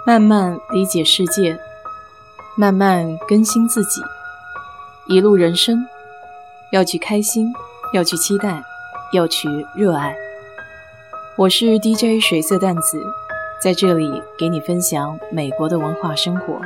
慢慢理解世界，慢慢更新自己，一路人生，要去开心，要去期待，要去热爱。我是 DJ 水色淡子，在这里给你分享美国的文化生活。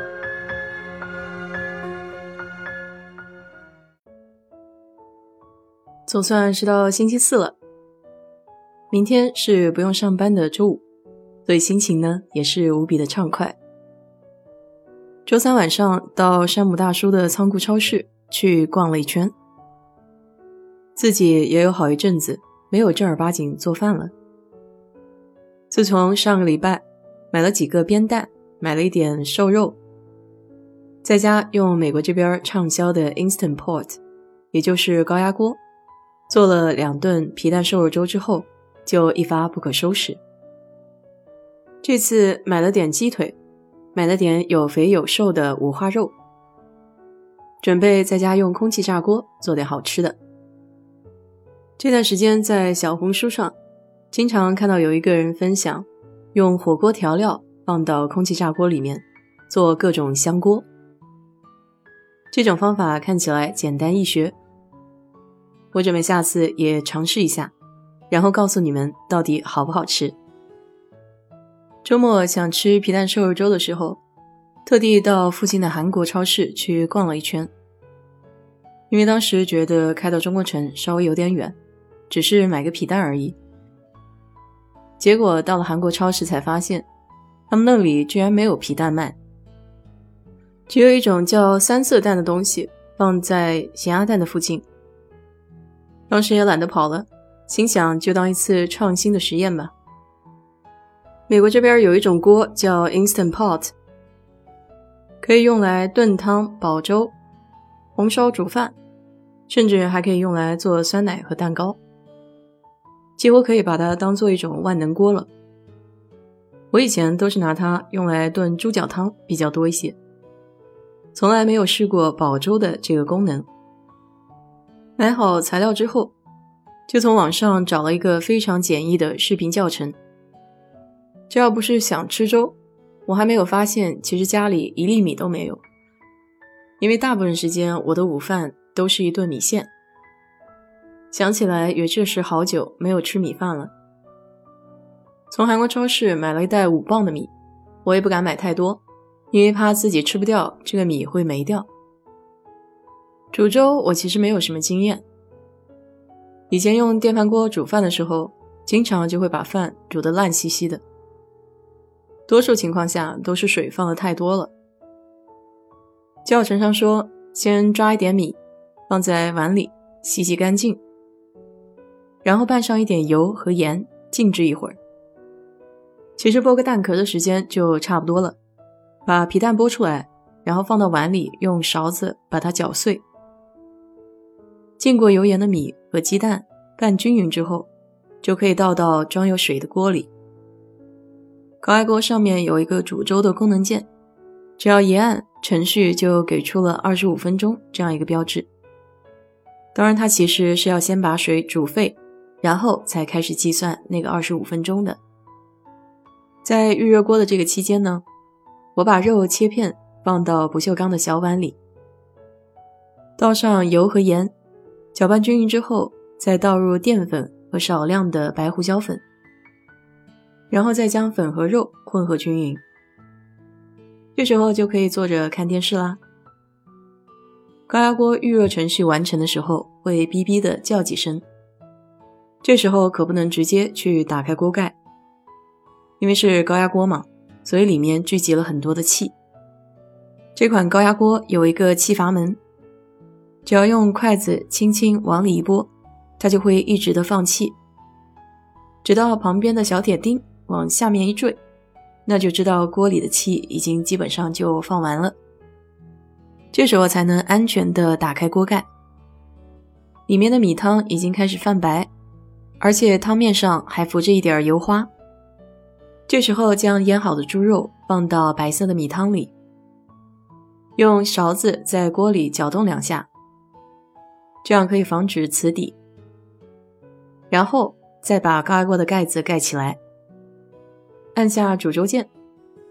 总算是到星期四了，明天是不用上班的周五，所以心情呢也是无比的畅快。周三晚上到山姆大叔的仓库超市去逛了一圈，自己也有好一阵子没有正儿八经做饭了。自从上个礼拜买了几个边蛋，买了一点瘦肉，在家用美国这边畅销的 Instant Pot， 也就是高压锅，做了2顿皮蛋瘦肉粥之后，就一发不可收拾。这次买了点鸡腿，买了点有肥有瘦的五花肉，准备在家用空气炸锅做点好吃的。这段时间在小红书上经常看到有一个人分享用火锅调料放到空气炸锅里面做各种香锅，这种方法看起来简单易学，我准备下次也尝试一下，然后告诉你们到底好不好吃。周末想吃皮蛋瘦肉粥的时候，特地到附近的韩国超市去逛了一圈，因为当时觉得开到中国城稍微有点远，只是买个皮蛋而已。结果到了韩国超市才发现，他们那里居然没有皮蛋卖，只有一种叫三色蛋的东西放在咸鸭蛋的附近。当时也懒得跑了，心想就当一次创新的实验吧。美国这边有一种锅叫 Instant Pot， 可以用来炖汤、煲粥、红烧煮饭，甚至还可以用来做酸奶和蛋糕，几乎可以把它当做一种万能锅了。我以前都是拿它用来炖猪脚汤比较多一些，从来没有试过煲粥的这个功能。买好材料之后，就从网上找了一个非常简易的视频教程。这要不是想吃粥，我还没有发现其实家里1粒米都没有，因为大部分时间我的午饭都是一顿米线。想起来也确实好久没有吃米饭了。从韩国超市买了一袋5磅的米，我也不敢买太多，因为怕自己吃不掉，这个米会没掉。煮粥我其实没有什么经验，以前用电饭锅煮饭的时候，经常就会把饭煮得烂兮兮的，多数情况下都是水放得太多了。教程上说，先抓一点米放在碗里洗洗干净，然后拌上一点油和盐，静置一会儿。其实剥个蛋壳的时间就差不多了，把皮蛋剥出来，然后放到碗里，用勺子把它搅碎。浸过油盐的米和鸡蛋拌均匀之后，就可以倒到装有水的锅里。高压锅上面有一个煮粥的功能键，只要一按，程序就给出了25分钟这样一个标志。当然它其实是要先把水煮沸，然后才开始计算那个25分钟的。在预热锅的这个期间呢，我把肉切片放到不锈钢的小碗里，倒上油和盐，搅拌均匀之后，再倒入淀粉和少量的白胡椒粉，然后再将粉和肉混合均匀。这时候就可以坐着看电视啦。高压锅预热程序完成的时候会哔哔的叫几声，这时候可不能直接去打开锅盖，因为是高压锅嘛，所以里面聚集了很多的气。这款高压锅有一个气阀门，只要用筷子轻轻往里一拨，它就会一直的放气，直到旁边的小铁钉往下面一坠，那就知道锅里的气已经基本上就放完了。这时候才能安全的打开锅盖。里面的米汤已经开始泛白，而且汤面上还浮着一点油花。这时候将腌好的猪肉放到白色的米汤里，用勺子在锅里搅动2下，这样可以防止瓷底。然后再把高压锅的盖子盖起来，按下煮粥键，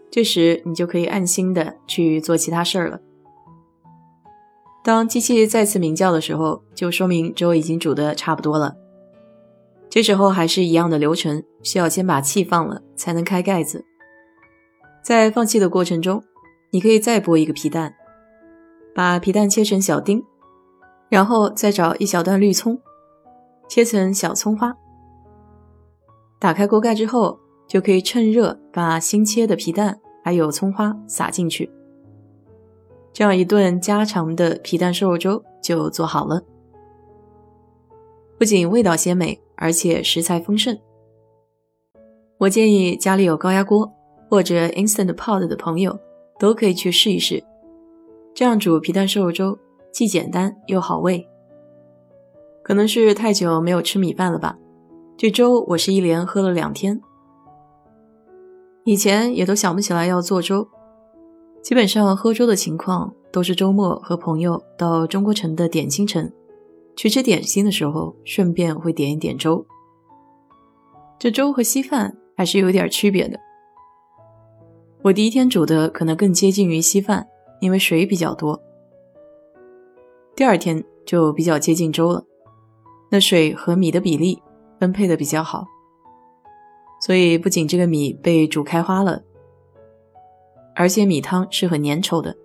这时你就可以安心的去做其他事儿了。当机器再次鸣叫的时候，就说明粥已经煮得差不多了。这时候还是一样的流程，需要先把气放了才能开盖子。在放气的过程中，你可以再剥一个皮蛋，把皮蛋切成小丁，然后再找一小段绿葱，切成小葱花。打开锅盖之后，就可以趁热把新切的皮蛋还有葱花撒进去。这样一顿家常的皮蛋瘦肉粥就做好了。不仅味道鲜美，而且食材丰盛。我建议家里有高压锅或者 Instant Pot 的朋友都可以去试一试。这样煮皮蛋瘦肉粥既简单又好味。可能是太久没有吃米饭了吧，这粥我是一连喝了2天。以前也都想不起来要做粥，基本上喝粥的情况都是周末和朋友到中国城的点心城去吃点心的时候，顺便会点一点粥。这粥和稀饭还是有点区别的。我第一天煮的可能更接近于稀饭，因为水比较多。第二天就比较接近粥了，那水和米的比例分配的比较好。所以不仅这个米被煮开花了，而且米汤是很粘稠的。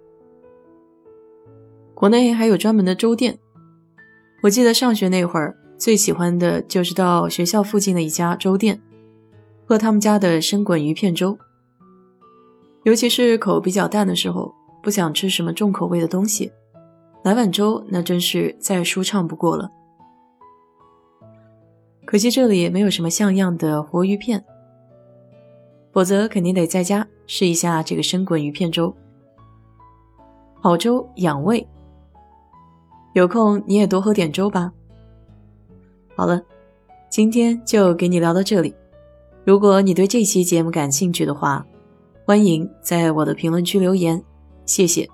国内还有专门的粥店，我记得上学那会儿最喜欢的就是到学校附近的一家粥店，喝他们家的生滚鱼片粥。尤其是口比较淡的时候，不想吃什么重口味的东西，来碗粥那真是再舒畅不过了。可惜这里没有什么像样的活鱼片，否则肯定得在家试一下这个生滚鱼片粥。好粥养胃，有空你也多喝点粥吧。好了，今天就给你聊到这里。如果你对这期节目感兴趣的话，欢迎在我的评论区留言，谢谢。